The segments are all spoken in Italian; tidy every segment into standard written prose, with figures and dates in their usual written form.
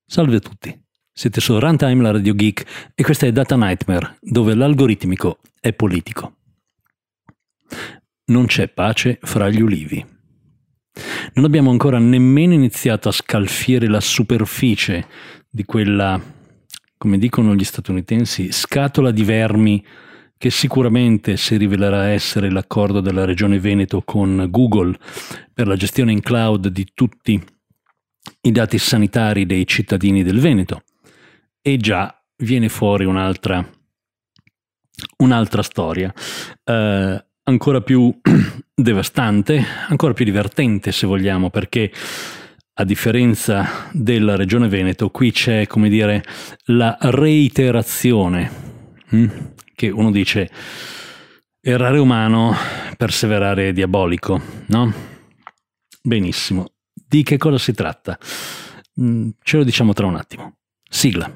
Salve a tutti, siete su Runtime, la Radio Geek, e questa è Data Nightmare, dove l'algoritmico è politico. Non c'è pace fra gli ulivi. Non abbiamo ancora nemmeno iniziato a scalfire la superficie di quella, come dicono gli statunitensi, scatola di vermi che sicuramente si rivelerà essere l'accordo della Regione Veneto con Google per la gestione in cloud di tutti i dati sanitari dei cittadini del Veneto. E già viene fuori un'altra storia, ancora più devastante, ancora più divertente se vogliamo, perché a differenza della Regione Veneto qui c'è, come dire, la reiterazione, che uno dice errare umano, perseverare diabolico, no? Benissimo. Di che cosa si tratta? Ce lo diciamo tra un attimo. Sigla.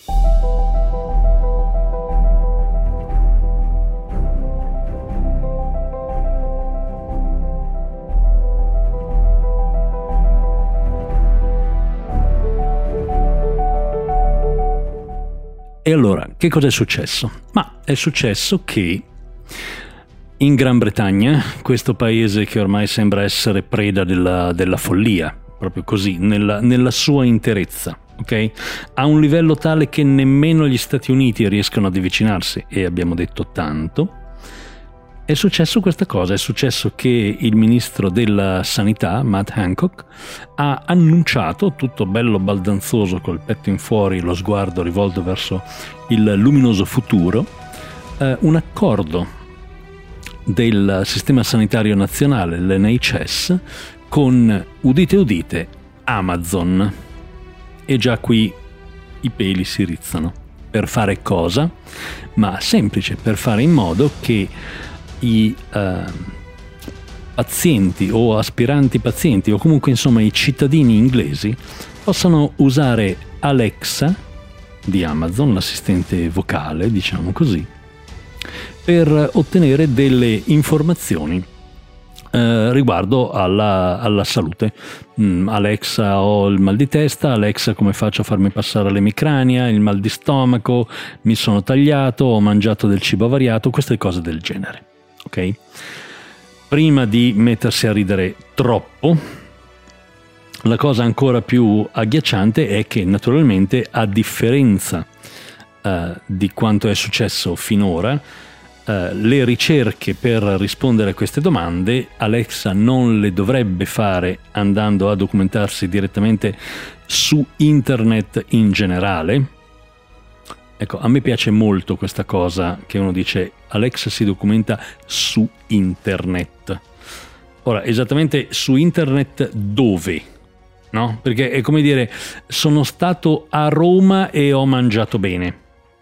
E allora, che cosa è successo? Ma è successo che in Gran Bretagna, questo paese che ormai sembra essere preda della follia, proprio così, nella sua interezza, ok? A un livello tale che nemmeno gli Stati Uniti riescono ad avvicinarsi, e abbiamo detto tanto, è successo questa cosa, è successo che il ministro della sanità, Matt Hancock, ha annunciato, tutto bello baldanzoso, col petto in fuori, lo sguardo rivolto verso il luminoso futuro, un accordo del sistema sanitario nazionale, l'NHS, con, udite udite, Amazon. E già qui i peli si rizzano. Per fare cosa? Ma semplice, per fare in modo che i pazienti o aspiranti pazienti, o comunque insomma i cittadini inglesi, possano usare Alexa di Amazon, l'assistente vocale, diciamo così, per ottenere delle informazioni riguardo alla salute. Alexa, ho il mal di testa. Alexa, come faccio a farmi passare l'emicrania, il mal di stomaco, mi sono tagliato, ho mangiato del cibo avariato, queste cose del genere, ok? Prima di mettersi a ridere troppo, la cosa ancora più agghiacciante è che naturalmente, a differenza di quanto è successo finora, le ricerche per rispondere a queste domande Alexa non le dovrebbe fare andando a documentarsi direttamente su internet in generale. Ecco, a me piace molto questa cosa che uno dice Alexa si documenta su internet. Ora, esattamente su internet dove? No? Perché è come dire, sono stato a Roma e ho mangiato bene.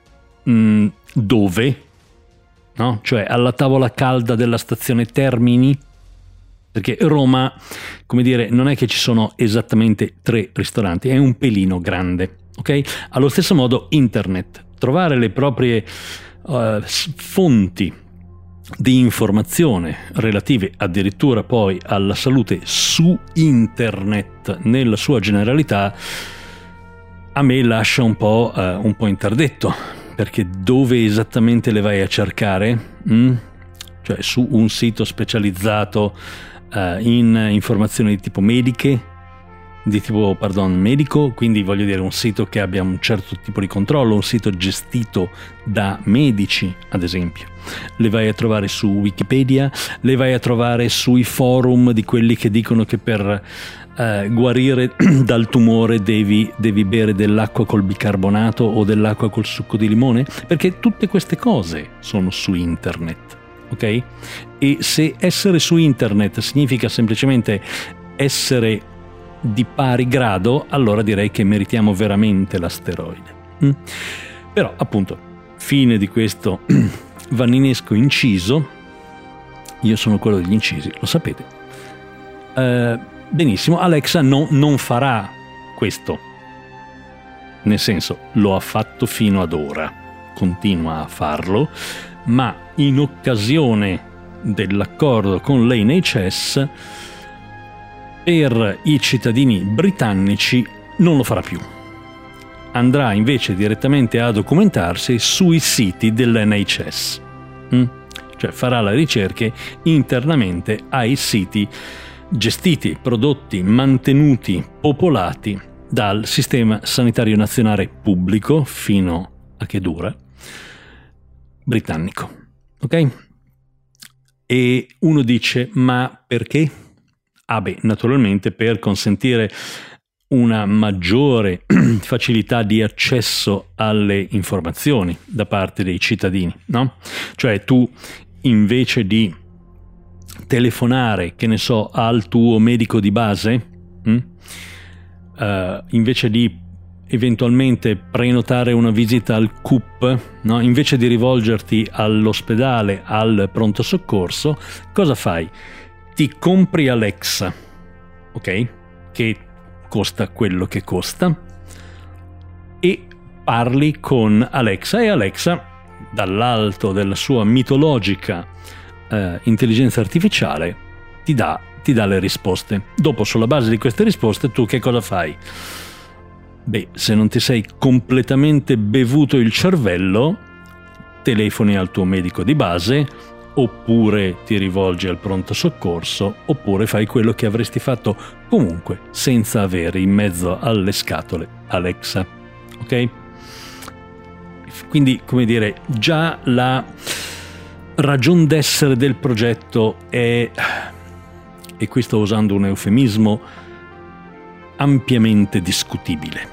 Dove? No? Cioè alla tavola calda della stazione Termini? Perché Roma, come dire, non è che ci sono esattamente 3 ristoranti, è un pelino grande, ok? Allo stesso modo internet, trovare le proprie fonti di informazione relative addirittura poi alla salute su internet nella sua generalità, a me lascia un po' interdetto. Perché dove esattamente le vai a cercare? Cioè su un sito specializzato in informazioni di tipo medico, quindi voglio dire un sito che abbia un certo tipo di controllo, un sito gestito da medici, ad esempio. Le vai a trovare su Wikipedia, le vai a trovare sui forum di quelli che dicono che per guarire dal tumore devi bere dell'acqua col bicarbonato o dell'acqua col succo di limone, perché tutte queste cose sono su internet, ok? E se essere su internet significa semplicemente essere di pari grado, allora direi che meritiamo veramente l'asteroide. Però appunto, fine di questo vanninesco inciso. Io sono quello degli incisi, lo sapete. Benissimo, Alexa non farà questo, nel senso, lo ha fatto fino ad ora, continua a farlo, ma in occasione dell'accordo con l'NHS per i cittadini britannici non lo farà più. andrà invece direttamente a documentarsi sui siti dell'NHS. Cioè farà le ricerche internamente ai siti gestiti, prodotti, mantenuti, popolati dal Sistema Sanitario Nazionale Pubblico, fino a che dura, britannico. Ok? E uno dice, ma perché? Naturalmente per consentire una maggiore facilità di accesso alle informazioni da parte dei cittadini, no? Cioè tu, invece di telefonare, che ne so, al tuo medico di base, invece di eventualmente prenotare una visita al CUP, no? Invece di rivolgerti all'ospedale, al pronto soccorso, cosa fai? Ti compri Alexa, ok? Che costa quello che costa, e parli con Alexa, e Alexa, dall'alto della sua mitologica intelligenza artificiale, ti dà le risposte. Dopo, sulla base di queste risposte, tu che cosa fai? Se non ti sei completamente bevuto il cervello, telefoni al tuo medico di base, oppure ti rivolgi al pronto soccorso, oppure fai quello che avresti fatto comunque senza avere in mezzo alle scatole Alexa. Ok? Quindi, come dire, già la ragion d'essere del progetto è, e qui sto usando un eufemismo, ampiamente discutibile.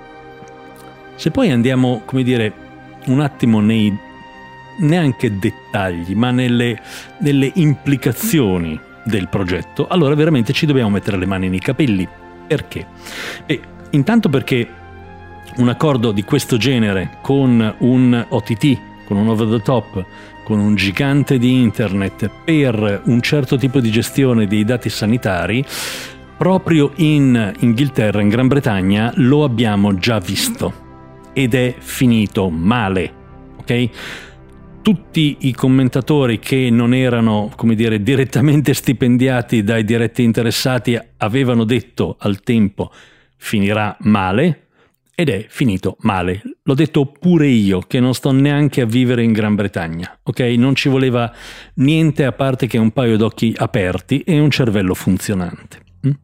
Se poi andiamo, come dire, un attimo nei neanche dettagli, ma nelle implicazioni del progetto, allora veramente ci dobbiamo mettere le mani nei capelli. Perché? Intanto perché un accordo di questo genere con un OTT, con un over the top, con un gigante di internet per un certo tipo di gestione dei dati sanitari, proprio in Inghilterra, in Gran Bretagna, lo abbiamo già visto ed è finito male, ok? Tutti i commentatori che non erano, come dire, direttamente stipendiati dai diretti interessati avevano detto al tempo finirà male, ed è finito male. L'ho detto pure io, che non sto neanche a vivere in Gran Bretagna, ok? Non ci voleva niente a parte che un paio d'occhi aperti e un cervello funzionante.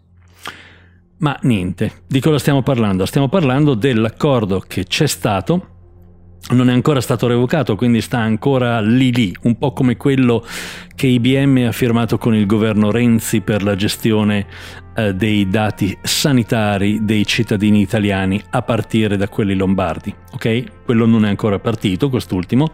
Ma niente, di cosa stiamo parlando? Stiamo parlando dell'accordo che c'è stato, non è ancora stato revocato, quindi sta ancora lì, un po' come quello che IBM ha firmato con il governo Renzi per la gestione dei dati sanitari dei cittadini italiani a partire da quelli lombardi, ok? Quello non è ancora partito, quest'ultimo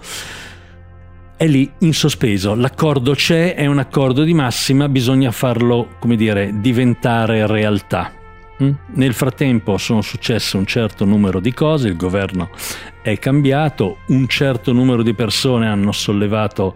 è lì in sospeso. L'accordo c'è, è un accordo di massima, bisogna farlo, come dire, diventare realtà. Nel frattempo sono successe un certo numero di cose, il governo è cambiato, un certo numero di persone hanno sollevato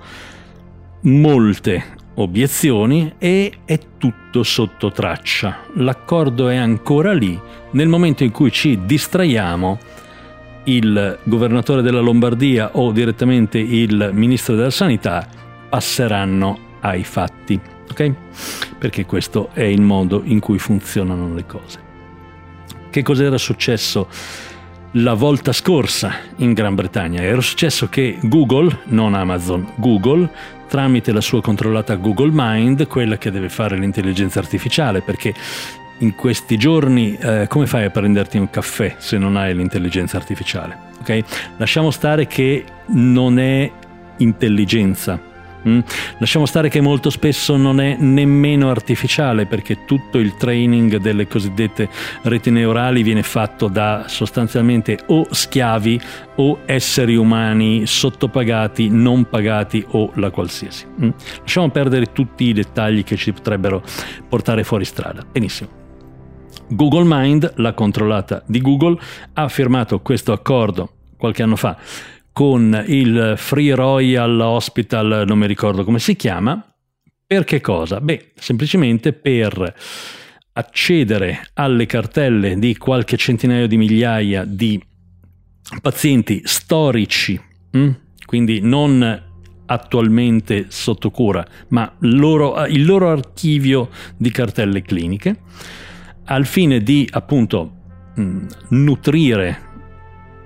molte obiezioni e è tutto sotto traccia. L'accordo è ancora lì. Nel momento in cui ci distraiamo, il governatore della Lombardia o direttamente il ministro della Sanità passeranno ai fatti. Ok? Perché questo è il modo in cui funzionano le cose. Che cos'era successo la volta scorsa in Gran Bretagna? Era successo che Google, non Amazon, Google, tramite la sua controllata Google Mind, quella che deve fare l'intelligenza artificiale, perché in questi giorni come fai a prenderti un caffè se non hai l'intelligenza artificiale? Ok? Lasciamo stare che non è intelligenza. Lasciamo stare che molto spesso non è nemmeno artificiale, perché tutto il training delle cosiddette reti neurali viene fatto da sostanzialmente o schiavi o esseri umani sottopagati, non pagati o la qualsiasi. Lasciamo perdere tutti i dettagli che ci potrebbero portare fuori strada. Benissimo. Google Mind, la controllata di Google, ha firmato questo accordo qualche anno fa con il Free Royal Hospital, non mi ricordo come si chiama. Per che cosa? Semplicemente per accedere alle cartelle di qualche centinaio di migliaia di pazienti storici, quindi non attualmente sotto cura, ma il loro archivio di cartelle cliniche, al fine di appunto nutrire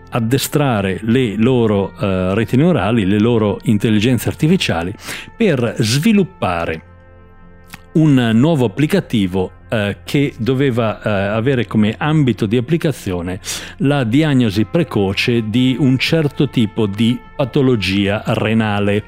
addestrare le loro reti neurali, le loro intelligenze artificiali per sviluppare un nuovo applicativo che doveva avere come ambito di applicazione la diagnosi precoce di un certo tipo di patologia renale.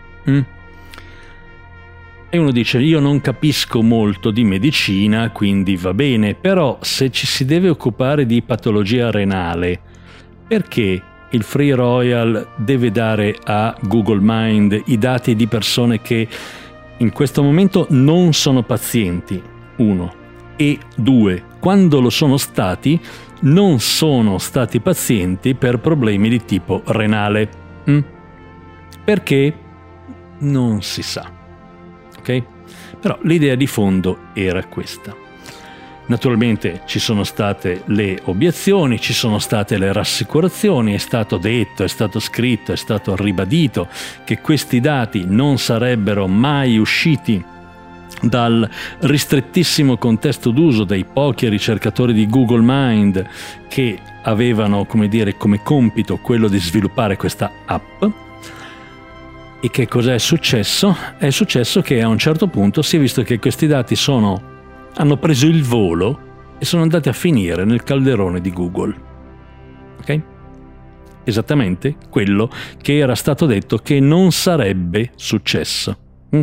E uno dice: io non capisco molto di medicina, quindi va bene, però se ci si deve occupare di patologia renale, perché il Free Royal deve dare a Google Mind i dati di persone che in questo momento non sono pazienti, 1, e 2, quando lo sono stati, non sono stati pazienti per problemi di tipo renale? Perché? Non si sa. Ok? Però l'idea di fondo era questa. Naturalmente ci sono state le obiezioni, ci sono state le rassicurazioni, è stato detto, è stato scritto, è stato ribadito che questi dati non sarebbero mai usciti dal ristrettissimo contesto d'uso dei pochi ricercatori di Google Mind che avevano, come dire, come compito quello di sviluppare questa app. E che cos'è successo? È successo che a un certo punto si è visto che questi dati hanno preso il volo e sono andati a finire nel calderone di Google. Ok? Esattamente quello che era stato detto che non sarebbe successo.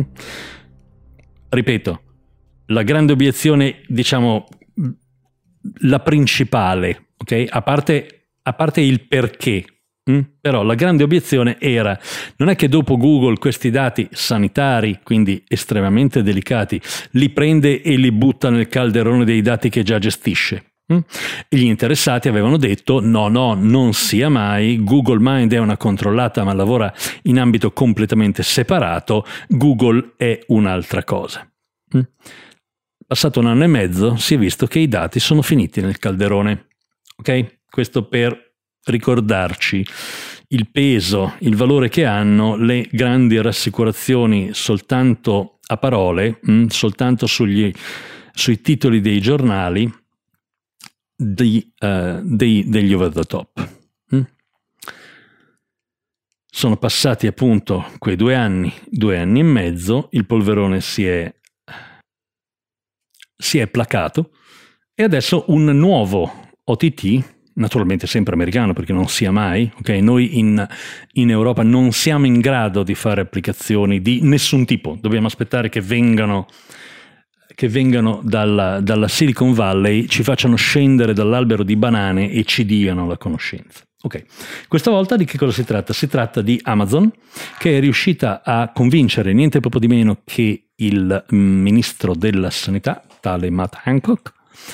Ripeto, la grande obiezione, diciamo, la principale, ok? A parte il perché. Però la grande obiezione era: non è che dopo Google questi dati sanitari, quindi estremamente delicati, li prende e li butta nel calderone dei dati che già gestisce. E gli interessati avevano detto: no, non sia mai, Google Mind è una controllata ma lavora in ambito completamente separato, Google è un'altra cosa. Passato 1 anno e mezzo si è visto che i dati sono finiti nel calderone. Ok? Questo per ricordarci il peso, il valore che hanno le grandi rassicurazioni soltanto a parole, soltanto sui titoli dei giornali degli over the top. Sono passati appunto quei 2 anni e mezzo, il polverone si è placato e adesso un nuovo OTT, naturalmente sempre americano perché non sia mai, ok? Noi in Europa non siamo in grado di fare applicazioni di nessun tipo, dobbiamo aspettare che vengano dalla Silicon Valley, ci facciano scendere dall'albero di banane e ci diano la conoscenza. Ok, questa volta di che cosa si tratta? Si tratta di Amazon, che è riuscita a convincere niente proprio di meno che il ministro della sanità, tale Matt Hancock,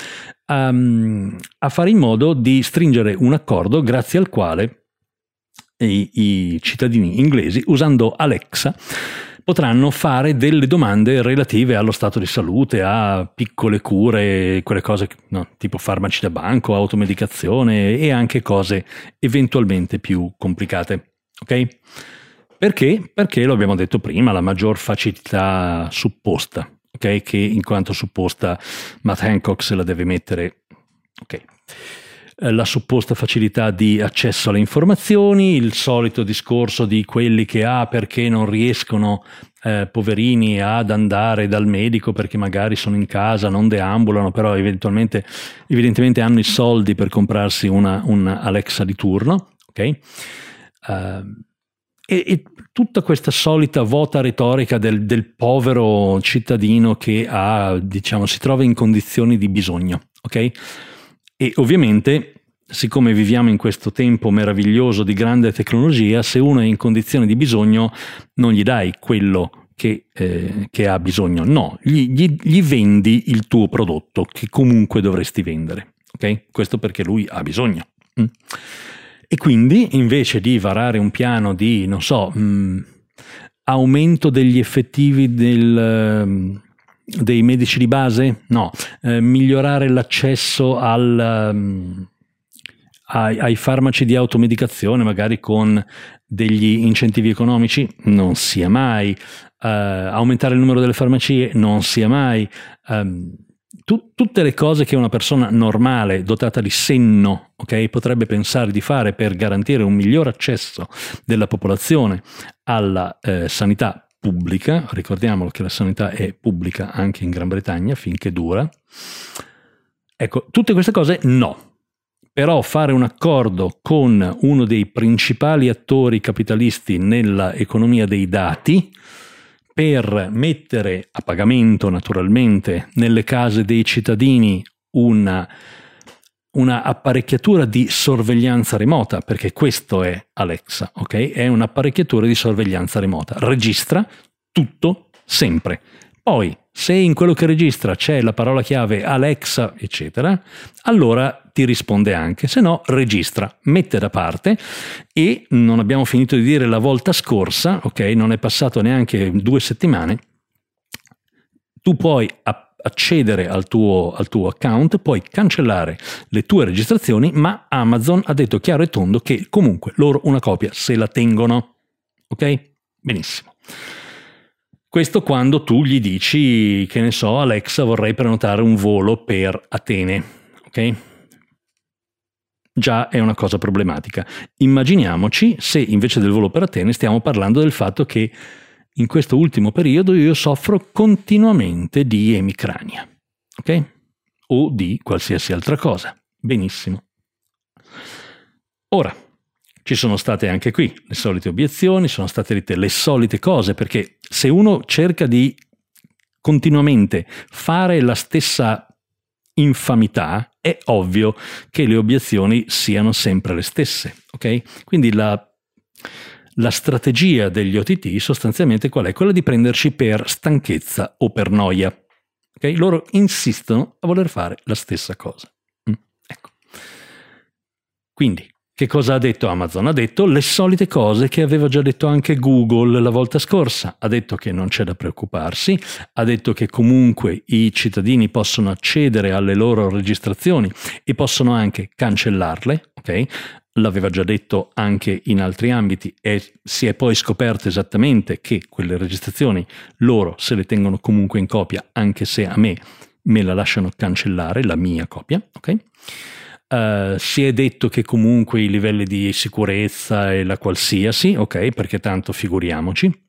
a fare in modo di stringere un accordo grazie al quale i cittadini inglesi, usando Alexa, potranno fare delle domande relative allo stato di salute, a piccole cure, quelle cose tipo farmaci da banco, automedicazione e anche cose eventualmente più complicate. Ok? Perché? Perché lo abbiamo detto prima, la maggior facilità supposta. Ok, che in quanto supposta Matt Hancock se la deve mettere. Ok, la supposta facilità di accesso alle informazioni, il solito discorso di quelli che perché non riescono poverini ad andare dal medico perché magari sono in casa, non deambulano, però evidentemente hanno i soldi per comprarsi una Alexa di turno. Ok. E tutta questa solita vuota retorica del povero cittadino che si trova in condizioni di bisogno, ok? E ovviamente, siccome viviamo in questo tempo meraviglioso di grande tecnologia, se uno è in condizioni di bisogno non gli dai quello che ha bisogno, no, gli vendi il tuo prodotto che comunque dovresti vendere, ok? Questo perché lui ha bisogno. E quindi, invece di varare un piano di, aumento degli effettivi dei medici di base, migliorare l'accesso ai farmaci di automedicazione, magari con degli incentivi economici, non sia mai. Aumentare il numero delle farmacie, non sia mai. tutte le cose che una persona normale, dotata di senno, ok, potrebbe pensare di fare per garantire un miglior accesso della popolazione alla sanità pubblica. Ricordiamolo che la sanità è pubblica anche in Gran Bretagna finché dura. Ecco, tutte queste cose no. Però fare un accordo con uno dei principali attori capitalisti nella economia dei dati per mettere a pagamento naturalmente nelle case dei cittadini una apparecchiatura di sorveglianza remota, perché questo è Alexa, ok? È un'apparecchiatura di sorveglianza remota, registra tutto sempre. Poi, se in quello che registra c'è la parola chiave Alexa, eccetera, allora ti risponde anche, se no registra, mette da parte. E non abbiamo finito di dire la volta scorsa, ok? Non è passato neanche 2 settimane, tu puoi accedere al tuo account, puoi cancellare le tue registrazioni, ma Amazon ha detto chiaro e tondo che comunque loro una copia se la tengono, ok? Benissimo. Questo quando tu gli dici, che ne so, Alexa, vorrei prenotare un volo per Atene, ok? Già è una cosa problematica. Immaginiamoci se invece del volo per Atene stiamo parlando del fatto che in questo ultimo periodo io soffro continuamente di emicrania, ok? O di qualsiasi altra cosa. Benissimo. Ora, ci sono state anche qui le solite obiezioni, sono state dette le solite cose, perché se uno cerca di continuamente fare la stessa infamità, è ovvio che le obiezioni siano sempre le stesse, ok? Quindi la strategia degli OTT sostanzialmente qual è? Quella di prenderci per stanchezza o per noia, ok? Loro insistono a voler fare la stessa cosa. Ecco. Quindi, che cosa ha detto Amazon? Ha detto le solite cose che aveva già detto anche Google la volta scorsa. Ha detto che non c'è da preoccuparsi, ha detto che comunque i cittadini possono accedere alle loro registrazioni e possono anche cancellarle, ok? L'aveva già detto anche in altri ambiti e si è poi scoperto esattamente che quelle registrazioni loro se le tengono comunque in copia, anche se a me la lasciano cancellare, la mia copia, ok? Si è detto che comunque i livelli di sicurezza e la qualsiasi, ok, perché tanto figuriamoci,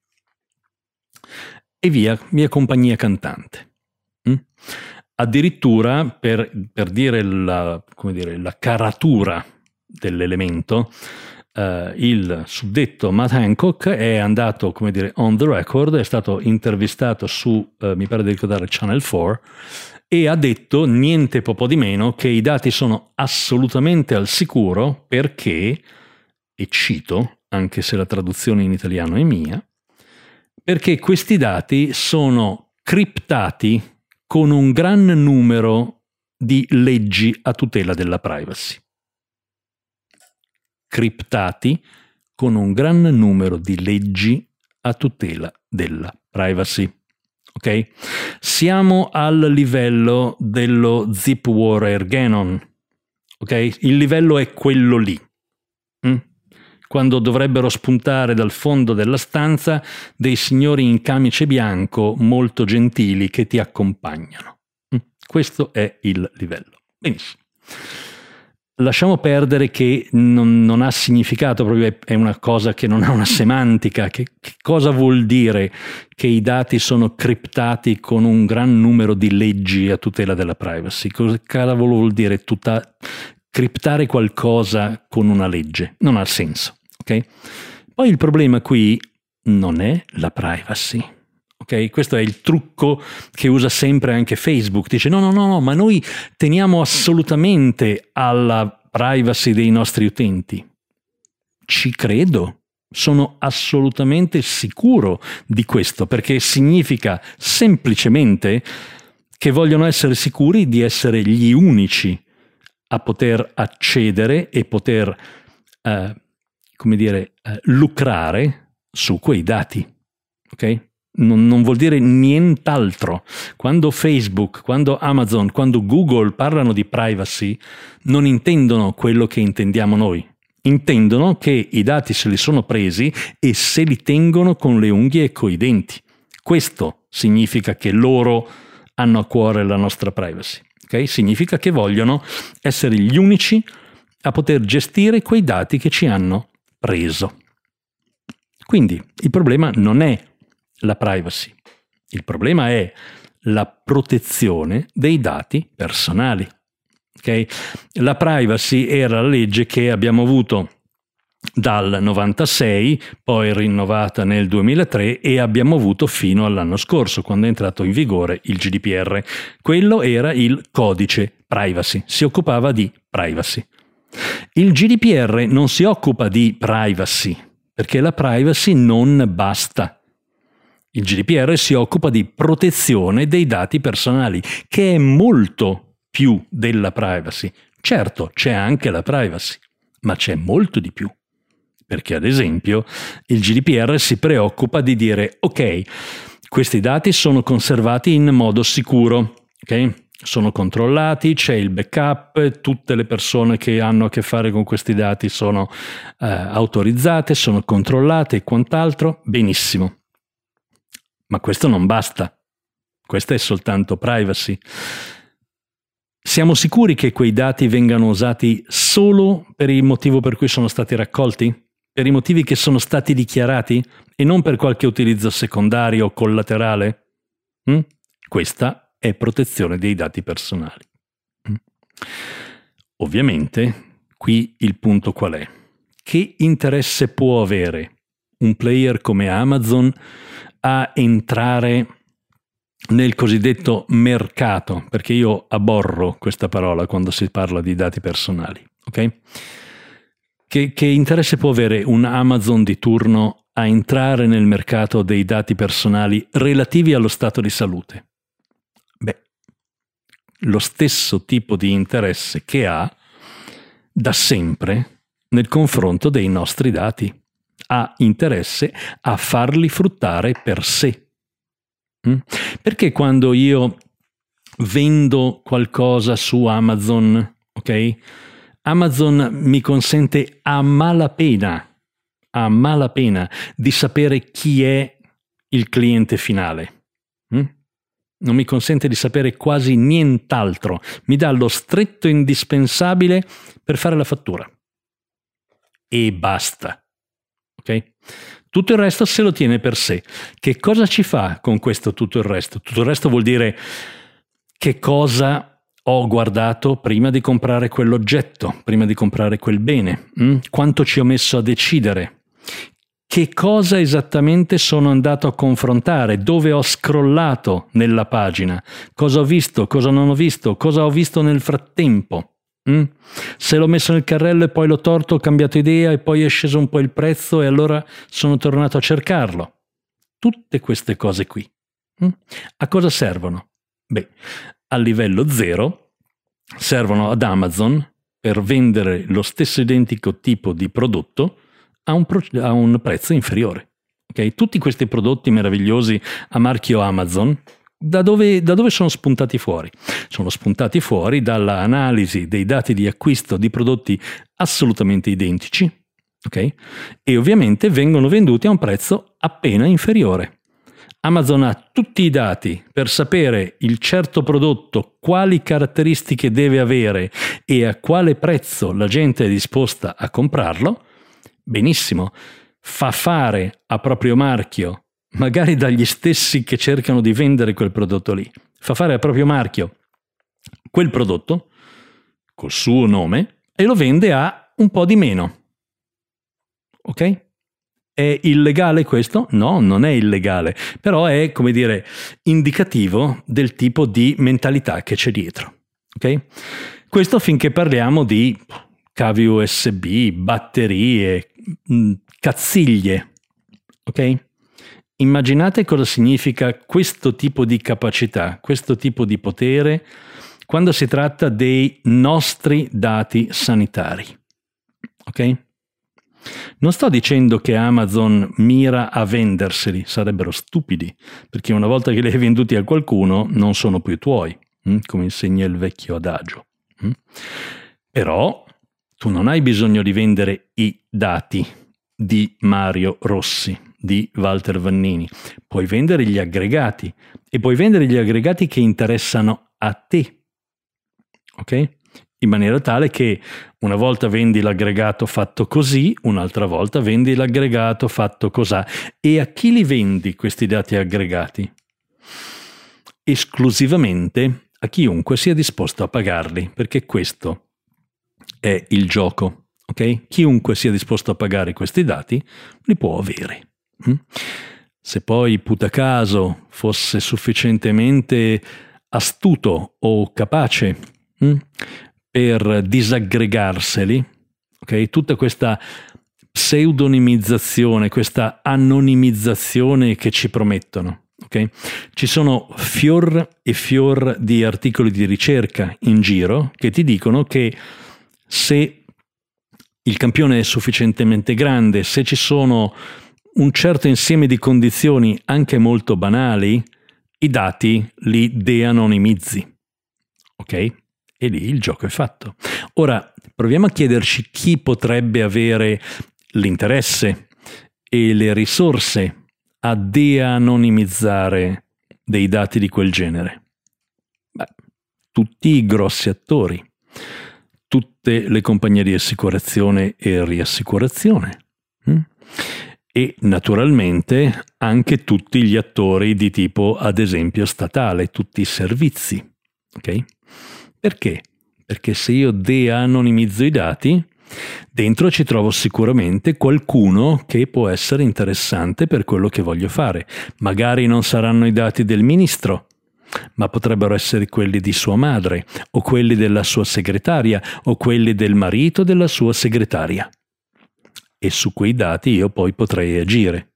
e via compagnia cantante. Addirittura per dire la caratura dell'elemento, il suddetto Matt Hancock è andato, on the record, è stato intervistato su, mi pare di ricordare, Channel 4, e ha detto niente poco di meno che i dati sono assolutamente al sicuro perché, e cito, anche se la traduzione in italiano è mia, perché questi dati sono criptati con un gran numero di leggi a tutela della privacy. Criptati con un gran numero di leggi a tutela della privacy. Ok? Siamo al livello dello Zipwire Ergenon. Ok? Il livello è quello lì. Quando dovrebbero spuntare dal fondo della stanza dei signori in camice bianco molto gentili che ti accompagnano. Questo è il livello. Benissimo. Lasciamo perdere che non ha significato, proprio è una cosa che non ha una semantica. Che cosa vuol dire che i dati sono criptati con un gran numero di leggi a tutela della privacy? Cosa cavolo vuol dire criptare qualcosa con una legge? Non ha senso, ok? Poi il problema qui non è la privacy. Okay? Questo è il trucco che usa sempre anche Facebook. Dice no, ma noi teniamo assolutamente alla privacy dei nostri utenti. Ci credo, sono assolutamente sicuro di questo, perché significa semplicemente che vogliono essere sicuri di essere gli unici a poter accedere e poter, lucrare su quei dati. Ok? Non vuol dire nient'altro. Quando Facebook, quando Amazon, quando Google parlano di privacy, non intendono quello che intendiamo noi. Intendono che i dati se li sono presi e se li tengono con le unghie e coi denti. Questo significa che loro hanno a cuore la nostra privacy. Okay? Significa che vogliono essere gli unici a poter gestire quei dati che ci hanno preso. Quindi il problema non è la privacy, il problema è la protezione dei dati personali. Okay? La privacy era la legge che abbiamo avuto dal 96, poi rinnovata nel 2003 e abbiamo avuto fino all'anno scorso, quando è entrato in vigore il GDPR. Quello era il codice privacy, si occupava di privacy. Il GDPR non si occupa di privacy, perché la privacy non basta. Il GDPR si occupa di protezione dei dati personali, che è molto più della privacy. Certo, c'è anche la privacy, ma c'è molto di più. Perché, ad esempio, il GDPR si preoccupa di dire: ok, questi dati sono conservati in modo sicuro, ok? Sono controllati, c'è il backup, tutte le persone che hanno a che fare con questi dati sono autorizzate, sono controllate e quant'altro. Benissimo. Ma questo non basta. Questa è soltanto privacy. Siamo sicuri che quei dati vengano usati solo per il motivo per cui sono stati raccolti? Per i motivi che sono stati dichiarati e non per qualche utilizzo secondario o collaterale? Questa è protezione dei dati personali. Ovviamente, qui il punto qual è? Che interesse può avere un player come Amazon a entrare nel cosiddetto mercato? Perché io aborro questa parola quando si parla di dati personali, ok? Che interesse può avere un Amazon di turno a entrare nel mercato dei dati personali relativi allo stato di salute? Beh, lo stesso tipo di interesse che ha da sempre nel confronto dei nostri dati. Ha interesse a farli fruttare per sé. Perché quando io vendo qualcosa su Amazon, ok? Amazon mi consente a malapena di sapere chi è il cliente finale. Non mi consente di sapere quasi nient'altro. Mi dà lo stretto indispensabile per fare la fattura. E basta. Ok? Tutto il resto se lo tiene per sé. Che cosa ci fa con questo tutto il resto? Tutto il resto vuol dire che cosa ho guardato prima di comprare quell'oggetto, prima di comprare quel bene, quanto ci ho messo a decidere, che cosa esattamente sono andato a confrontare, dove ho scrollato nella pagina, cosa ho visto, cosa non ho visto, cosa ho visto nel frattempo. Se l'ho messo nel carrello e poi l'ho torto, ho cambiato idea e poi è sceso un po' il prezzo e allora sono tornato a cercarlo. Tutte queste cose qui. A cosa servono? Beh, a livello 0 servono ad Amazon per vendere lo stesso identico tipo di prodotto a un prezzo inferiore. Okay? Tutti questi prodotti meravigliosi a marchio Amazon, da dove sono spuntati fuori? Sono spuntati fuori dalla analisi dei dati di acquisto di prodotti assolutamente identici, okay? E ovviamente vengono venduti a un prezzo appena inferiore. Amazon ha tutti i dati per sapere il certo prodotto, quali caratteristiche deve avere e a quale prezzo la gente è disposta a comprarlo. Benissimo, fa fare a proprio marchio, magari dagli stessi che cercano di vendere quel prodotto lì, fa fare a proprio marchio quel prodotto col suo nome e lo vende a un po' di meno. Ok? È illegale questo? No, non è illegale, però è, come dire, indicativo del tipo di mentalità che c'è dietro. Ok? Questo finché parliamo di cavi USB, batterie, cazziglie. Ok? Immaginate cosa significa questo tipo di capacità, questo tipo di potere quando si tratta dei nostri dati sanitari. Ok? Non sto dicendo che Amazon mira a venderseli, sarebbero stupidi, perché una volta che li hai venduti a qualcuno non sono più tuoi, come insegna il vecchio adagio. Però tu non hai bisogno di vendere i dati di Mario Rossi, di Walter Vannini, puoi vendere gli aggregati e puoi vendere gli aggregati che interessano a te, ok? In maniera tale che una volta vendi l'aggregato fatto così, un'altra volta vendi l'aggregato fatto cosà. E a chi li vendi questi dati aggregati? Esclusivamente a chiunque sia disposto a pagarli, perché questo è il gioco, ok? Chiunque sia disposto a pagare questi dati li può avere. Se poi putacaso fosse sufficientemente astuto o capace per disaggregarseli, ok? Tutta questa pseudonimizzazione, questa anonimizzazione che ci promettono, ok? Ci sono fior e fior di articoli di ricerca in giro che ti dicono che se il campione è sufficientemente grande, se ci sono un certo insieme di condizioni anche molto banali, i dati li de-anonimizzi, ok? E lì il gioco è fatto. Ora proviamo a chiederci chi potrebbe avere l'interesse e le risorse a de-anonimizzare dei dati di quel genere. Beh, tutti i grossi attori, tutte le compagnie di assicurazione e riassicurazione e naturalmente anche tutti gli attori di tipo ad esempio statale, tutti i servizi, ok? Perché? Perché se io de-anonimizzo i dati, dentro ci trovo sicuramente qualcuno che può essere interessante per quello che voglio fare. Magari non saranno i dati del ministro, ma potrebbero essere quelli di sua madre, o quelli della sua segretaria, o quelli del marito della sua segretaria. E su quei dati io poi potrei agire.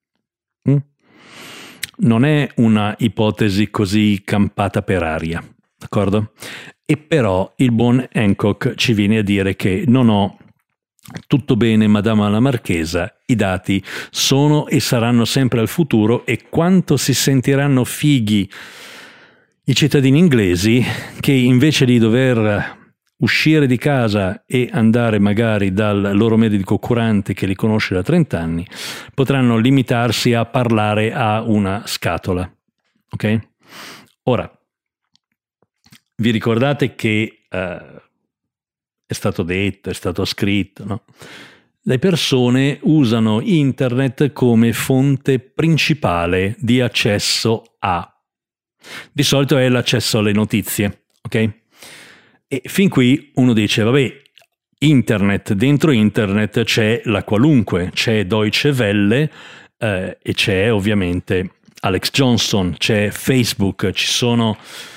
Non è una ipotesi così campata per aria, d'accordo? E però il buon Hancock ci viene a dire che no, tutto bene madama la marchesa, i dati sono e saranno sempre al futuro e quanto si sentiranno fighi i cittadini inglesi che invece di dover uscire di casa e andare magari dal loro medico curante che li conosce da 30 anni, potranno limitarsi a parlare a una scatola, ok? Ora, vi ricordate che è stato detto, è stato scritto, no? Le persone usano internet come fonte principale di accesso a. Di solito è l'accesso alle notizie, ok? E fin qui uno dice, vabbè, internet, dentro internet c'è la qualunque, c'è Deutsche Welle e c'è ovviamente Alex Johnson, c'è Facebook, ci sono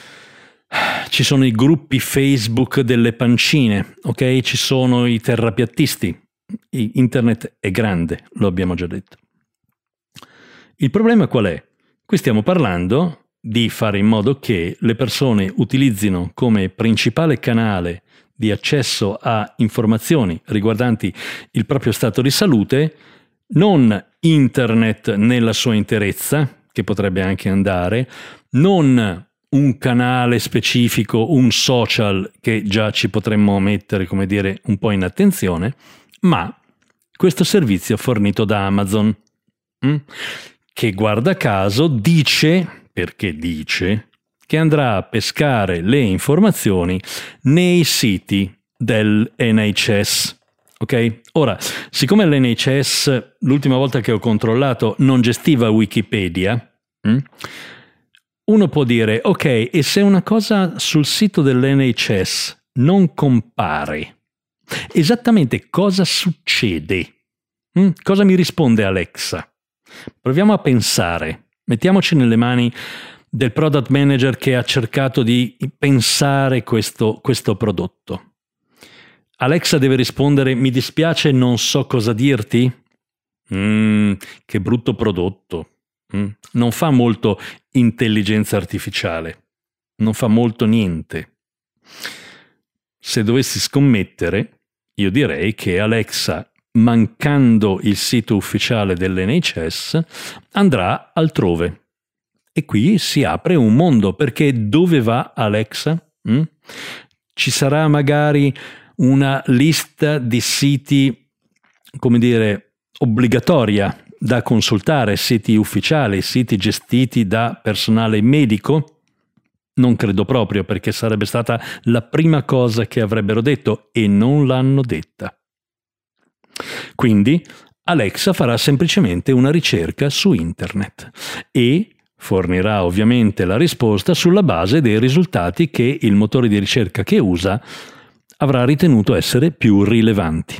i gruppi Facebook delle pancine, ok? Ci sono i terrapiattisti. Internet è grande, lo abbiamo già detto. Il problema qual è? Qui stiamo parlando di fare in modo che le persone utilizzino come principale canale di accesso a informazioni riguardanti il proprio stato di salute non internet nella sua interezza, che potrebbe anche andare, non un canale specifico, un social che già ci potremmo mettere, come dire, un po' in attenzione, ma questo servizio fornito da Amazon, che guarda caso dice che andrà a pescare le informazioni nei siti del NHS. Ok? Ora, siccome l'NHS l'ultima volta che ho controllato non gestiva Wikipedia, uno può dire, ok, e se una cosa sul sito dell'NHS non compare, esattamente cosa succede? Cosa mi risponde Alexa? Proviamo a pensare. Mettiamoci nelle mani del product manager che ha cercato di pensare questo prodotto. Alexa deve rispondere, mi dispiace, non so cosa dirti? Che brutto prodotto. Non fa molto intelligenza artificiale. Non fa molto niente. Se dovessi scommettere, io direi che Alexa, mancando il sito ufficiale dell'NHS, andrà altrove. E qui si apre un mondo, perché dove va Alexa? Ci sarà magari una lista di siti, come dire, obbligatoria da consultare, siti ufficiali, siti gestiti da personale medico? Non credo proprio, perché sarebbe stata la prima cosa che avrebbero detto e non l'hanno detta. Quindi Alexa farà semplicemente una ricerca su internet e fornirà ovviamente la risposta sulla base dei risultati che il motore di ricerca che usa avrà ritenuto essere più rilevanti.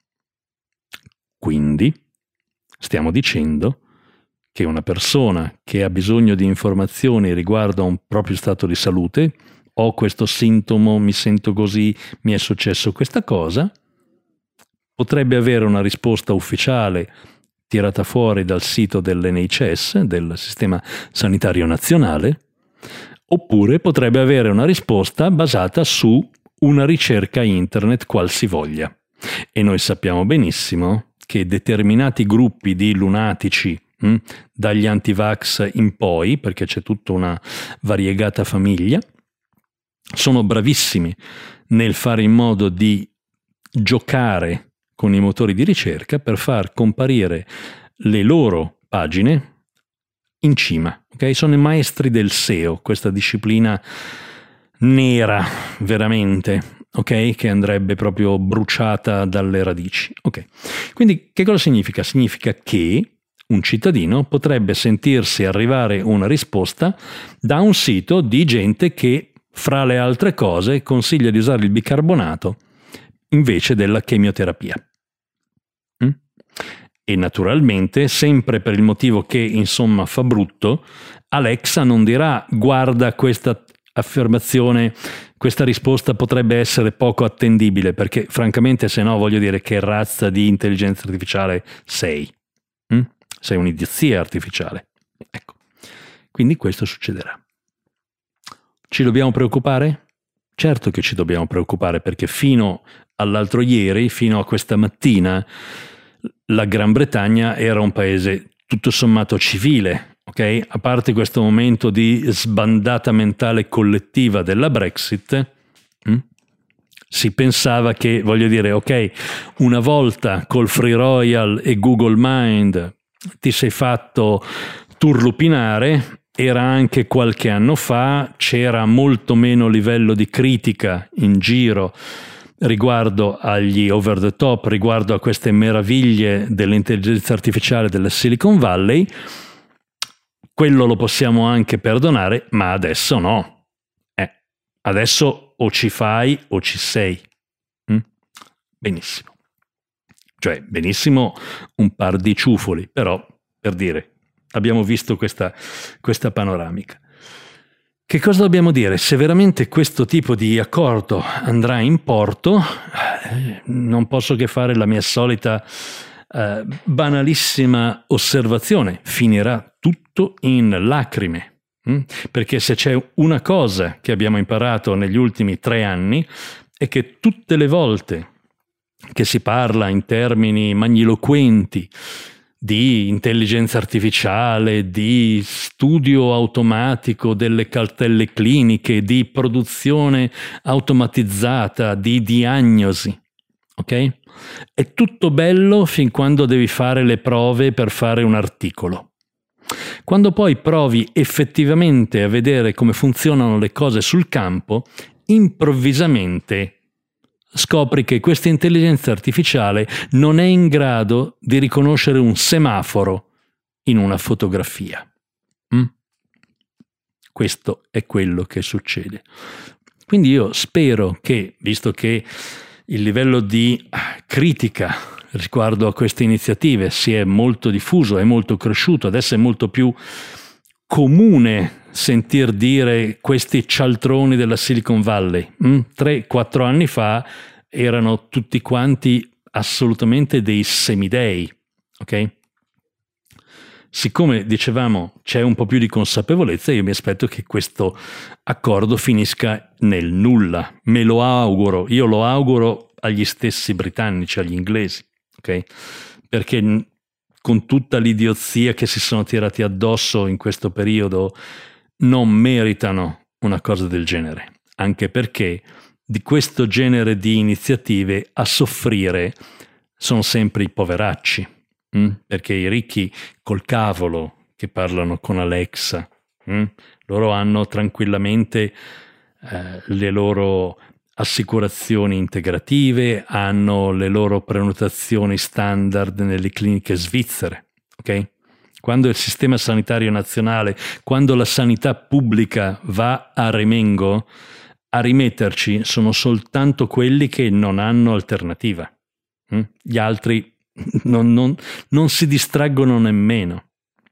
Quindi stiamo dicendo che una persona che ha bisogno di informazioni riguardo a un proprio stato di salute, ho questo sintomo, mi sento così, mi è successo questa cosa, potrebbe avere una risposta ufficiale tirata fuori dal sito dell'NHS, del Sistema Sanitario Nazionale, oppure potrebbe avere una risposta basata su una ricerca internet qualsivoglia. E noi sappiamo benissimo che determinati gruppi di lunatici, dagli anti-vax in poi, perché c'è tutta una variegata famiglia, sono bravissimi nel fare in modo di giocare con i motori di ricerca per far comparire le loro pagine in cima. Okay? Sono i maestri del SEO, questa disciplina nera veramente, ok? Che andrebbe proprio bruciata dalle radici. Okay. Quindi che cosa significa? Significa che un cittadino potrebbe sentirsi arrivare una risposta da un sito di gente che, fra le altre cose, consiglia di usare il bicarbonato invece della chemioterapia. E naturalmente, sempre per il motivo che insomma fa brutto, Alexa non dirà guarda questa affermazione, questa risposta potrebbe essere poco attendibile, perché francamente se no voglio dire che razza di intelligenza artificiale sei? Sei un'idiozia artificiale. Ecco, quindi questo succederà. Ci dobbiamo preoccupare? Certo che ci dobbiamo preoccupare, perché fino all'altro ieri, fino a questa mattina, la Gran Bretagna era un paese tutto sommato civile, ok? A parte questo momento di sbandata mentale collettiva della Brexit, si pensava che, voglio dire, ok, una volta col Free Royal e Google Mind ti sei fatto turlupinare, era anche qualche anno fa, c'era molto meno livello di critica in giro riguardo agli over the top, riguardo a queste meraviglie dell'intelligenza artificiale della Silicon Valley. Quello lo possiamo anche perdonare, ma adesso no. Adesso o ci fai o ci sei. Benissimo. Cioè, benissimo un par di ciufoli, però, per dire, abbiamo visto questa panoramica. Che cosa dobbiamo dire? Se veramente questo tipo di accordo andrà in porto, non posso che fare la mia solita banalissima osservazione: finirà tutto in lacrime. Perché se c'è una cosa che abbiamo imparato negli ultimi 3 anni è che tutte le volte che si parla in termini magniloquenti di intelligenza artificiale, di studio automatico delle cartelle cliniche, di produzione automatizzata, di diagnosi, ok? È tutto bello fin quando devi fare le prove per fare un articolo. Quando poi provi effettivamente a vedere come funzionano le cose sul campo, improvvisamente scopri che questa intelligenza artificiale non è in grado di riconoscere un semaforo in una fotografia. Questo è quello che succede. Quindi io spero che, visto che il livello di critica riguardo a queste iniziative si è molto diffuso, è molto cresciuto, adesso è molto più comune sentir dire questi cialtroni della Silicon Valley. 3-4 anni fa erano tutti quanti assolutamente dei semidei, ok? Siccome, dicevamo, c'è un po' più di consapevolezza, io mi aspetto che questo accordo finisca nel nulla. Me lo auguro, io lo auguro agli stessi britannici, agli inglesi, ok? Perché con tutta l'idiozia che si sono tirati addosso in questo periodo non meritano una cosa del genere, anche perché di questo genere di iniziative a soffrire sono sempre i poveracci, perché i ricchi col cavolo che parlano con Alexa, loro hanno tranquillamente le loro assicurazioni integrative, hanno le loro prenotazioni standard nelle cliniche svizzere, ok? Quando il sistema sanitario nazionale, quando la sanità pubblica va a remengo, a rimetterci sono soltanto quelli che non hanno alternativa. Gli altri non si distraggono nemmeno.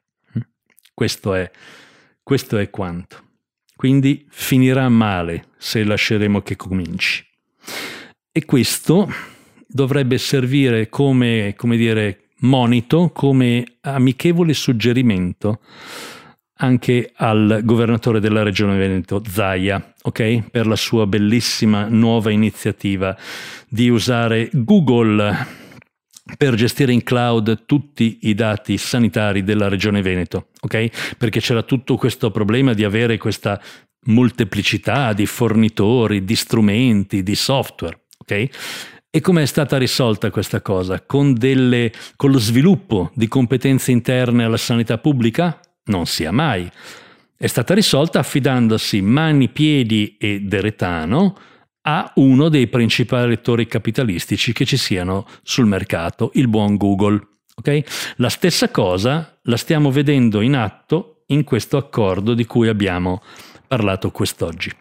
Questo è quanto. Quindi finirà male se lasceremo che cominci. E questo dovrebbe servire come dire, monito, come amichevole suggerimento anche al governatore della regione Veneto, Zaia, ok? Per la sua bellissima nuova iniziativa di usare Google per gestire in cloud tutti i dati sanitari della regione Veneto, ok? Perché c'era tutto questo problema di avere questa molteplicità di fornitori, di strumenti, di software, ok? E come è stata risolta questa cosa? Con lo sviluppo di competenze interne alla sanità pubblica? Non sia mai. È stata risolta affidandosi mani, piedi e deretano a uno dei principali attori capitalistici che ci siano sul mercato, il buon Google. Okay? La stessa cosa la stiamo vedendo in atto in questo accordo di cui abbiamo parlato quest'oggi.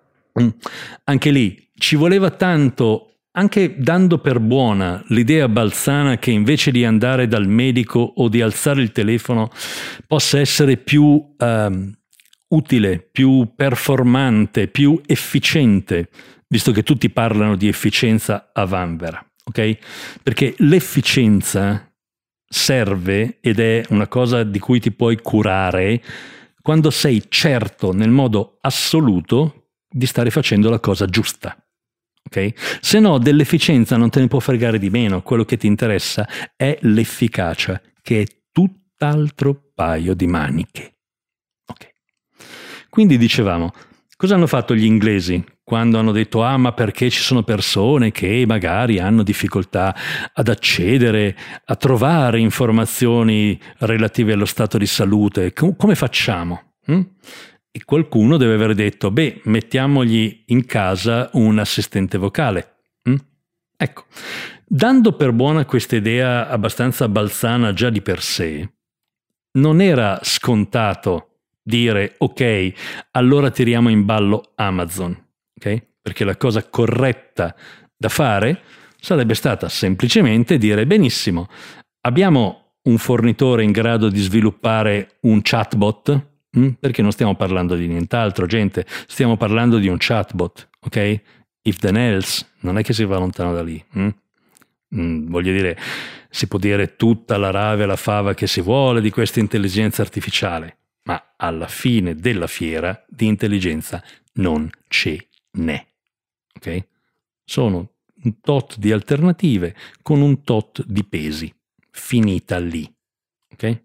Anche lì ci voleva tanto, anche dando per buona l'idea balzana che invece di andare dal medico o di alzare il telefono possa essere più utile, più performante, più efficiente, visto che tutti parlano di efficienza a vanvera, ok? Perché l'efficienza serve ed è una cosa di cui ti puoi curare quando sei certo nel modo assoluto di stare facendo la cosa giusta. Okay? Se no, dell'efficienza non te ne può fregare di meno. Quello che ti interessa è l'efficacia, che è tutt'altro paio di maniche. Okay. Quindi dicevamo, cosa hanno fatto gli inglesi quando hanno detto ma perché ci sono persone che magari hanno difficoltà ad accedere, a trovare informazioni relative allo stato di salute? Come facciamo? E qualcuno deve aver detto, mettiamogli in casa un assistente vocale. Ecco, dando per buona questa idea abbastanza balzana già di per sé, non era scontato dire, ok, allora tiriamo in ballo Amazon, ok? Perché la cosa corretta da fare sarebbe stata semplicemente dire, benissimo, abbiamo un fornitore in grado di sviluppare un chatbot. Perché non stiamo parlando di nient'altro, gente, stiamo parlando di un chatbot, ok? If then else, non è che si va lontano da lì. Voglio dire, si può dire tutta la rave e la fava che si vuole di questa intelligenza artificiale, ma alla fine della fiera di intelligenza non ce n'è, ok? Sono un tot di alternative con un tot di pesi, finita lì, ok?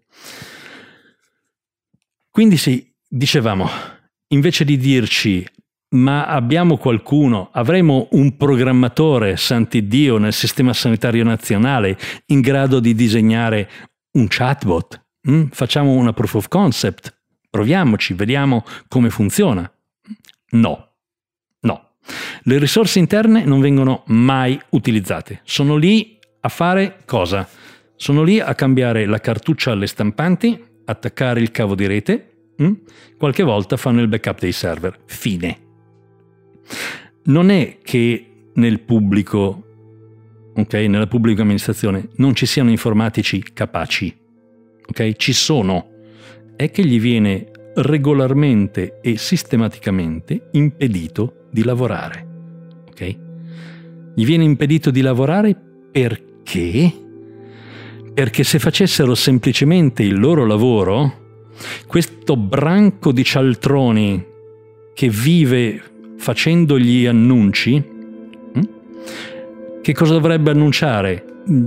Quindi sì, dicevamo, invece di dirci ma abbiamo qualcuno, avremo un programmatore, sant'Iddio, nel sistema sanitario nazionale in grado di disegnare un chatbot, facciamo una proof of concept, proviamoci, vediamo come funziona. No. Le risorse interne non vengono mai utilizzate, sono lì a fare cosa? Sono lì a cambiare la cartuccia alle stampanti, attaccare il cavo di rete, qualche volta fanno il backup dei server. Fine. Non è che nel pubblico, ok, nella pubblica amministrazione non ci siano informatici capaci, ok? Ci sono. È che gli viene regolarmente e sistematicamente impedito di lavorare, ok? Gli viene impedito di lavorare perché? Perché se facessero semplicemente il loro lavoro, questo branco di cialtroni che vive facendo gli annunci, che cosa dovrebbe annunciare?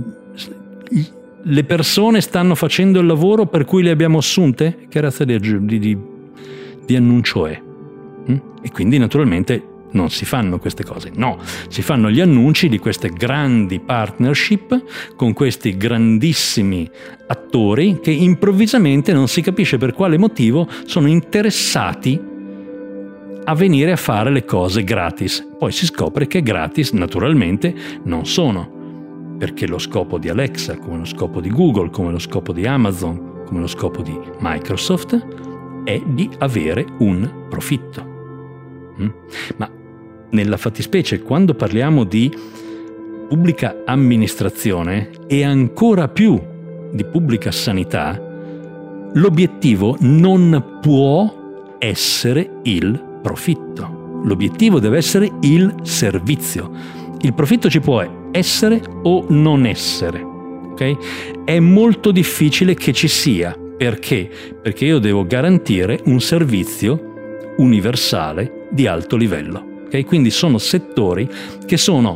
Le persone stanno facendo il lavoro per cui le abbiamo assunte? Che razza di annuncio è? E quindi naturalmente non si fanno queste cose, no, si fanno gli annunci di queste grandi partnership con questi grandissimi attori che improvvisamente non si capisce per quale motivo sono interessati a venire a fare le cose gratis. Poi si scopre che gratis naturalmente non sono, perché lo scopo di Alexa, come lo scopo di Google, come lo scopo di Amazon, come lo scopo di Microsoft, è di avere un profitto. Ma nella fattispecie, quando parliamo di pubblica amministrazione e ancora più di pubblica sanità, l'obiettivo non può essere il profitto. L'obiettivo deve essere il servizio. Il profitto ci può essere o non essere, ok? È molto difficile che ci sia. Perché? Perché io devo garantire un servizio universale di alto livello. Okay? Quindi sono settori che sono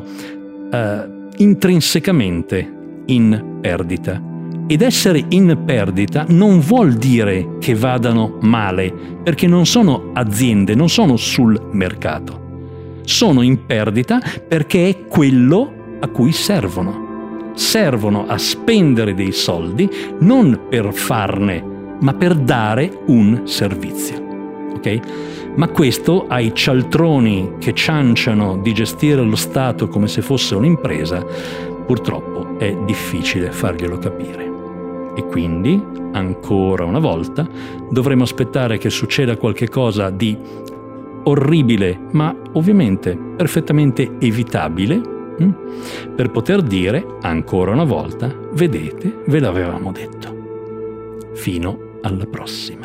intrinsecamente in perdita. Ed essere in perdita non vuol dire che vadano male, perché non sono aziende, non sono sul mercato. Sono in perdita perché è quello a cui servono. Servono a spendere dei soldi non per farne, ma per dare un servizio. Ok? Ma questo ai cialtroni che cianciano di gestire lo Stato come se fosse un'impresa, purtroppo è difficile farglielo capire. E quindi, ancora una volta, dovremo aspettare che succeda qualche cosa di orribile, ma ovviamente perfettamente evitabile, per poter dire, ancora una volta, vedete, ve l'avevamo detto. Fino alla prossima.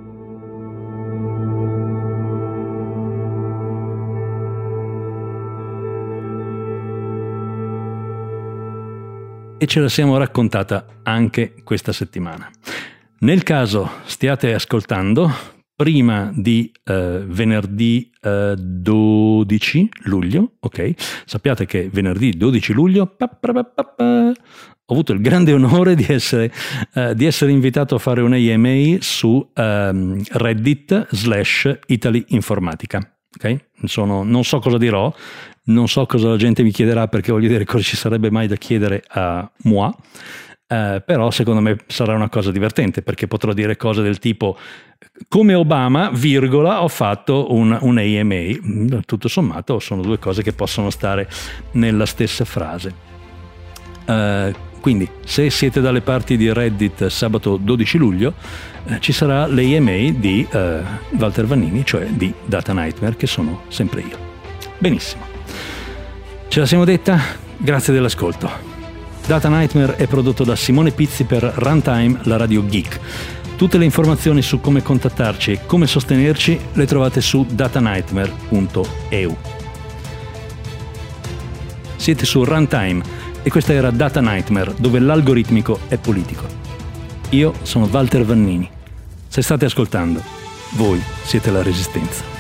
E ce la siamo raccontata anche questa settimana. Nel caso stiate ascoltando, prima di venerdì 12 luglio, ok? Sappiate che venerdì 12 luglio ho avuto il grande onore di essere invitato a fare un AMA su Reddit/Italy Informatica. Okay? Non so cosa dirò, non so cosa la gente mi chiederà, perché voglio dire, cosa ci sarebbe mai da chiedere a moi, però secondo me sarà una cosa divertente, perché potrò dire cose del tipo: come Obama, virgola, ho fatto un AMA. Tutto sommato sono due cose che possono stare nella stessa frase. Quindi se siete dalle parti di Reddit sabato 12 luglio ci sarà l'AMA di Walter Vannini, cioè di Data Nightmare, che sono sempre io. Benissimo, ce la siamo detta, grazie dell'ascolto. Data Nightmare è prodotto da Simone Pizzi per Runtime, la radio geek. Tutte le informazioni su come contattarci e come sostenerci le trovate su datanightmare.eu. Siete su Runtime e questa era Data Nightmare, dove l'algoritmico è politico. Io sono Walter Vannini. Se state ascoltando, voi siete la Resistenza.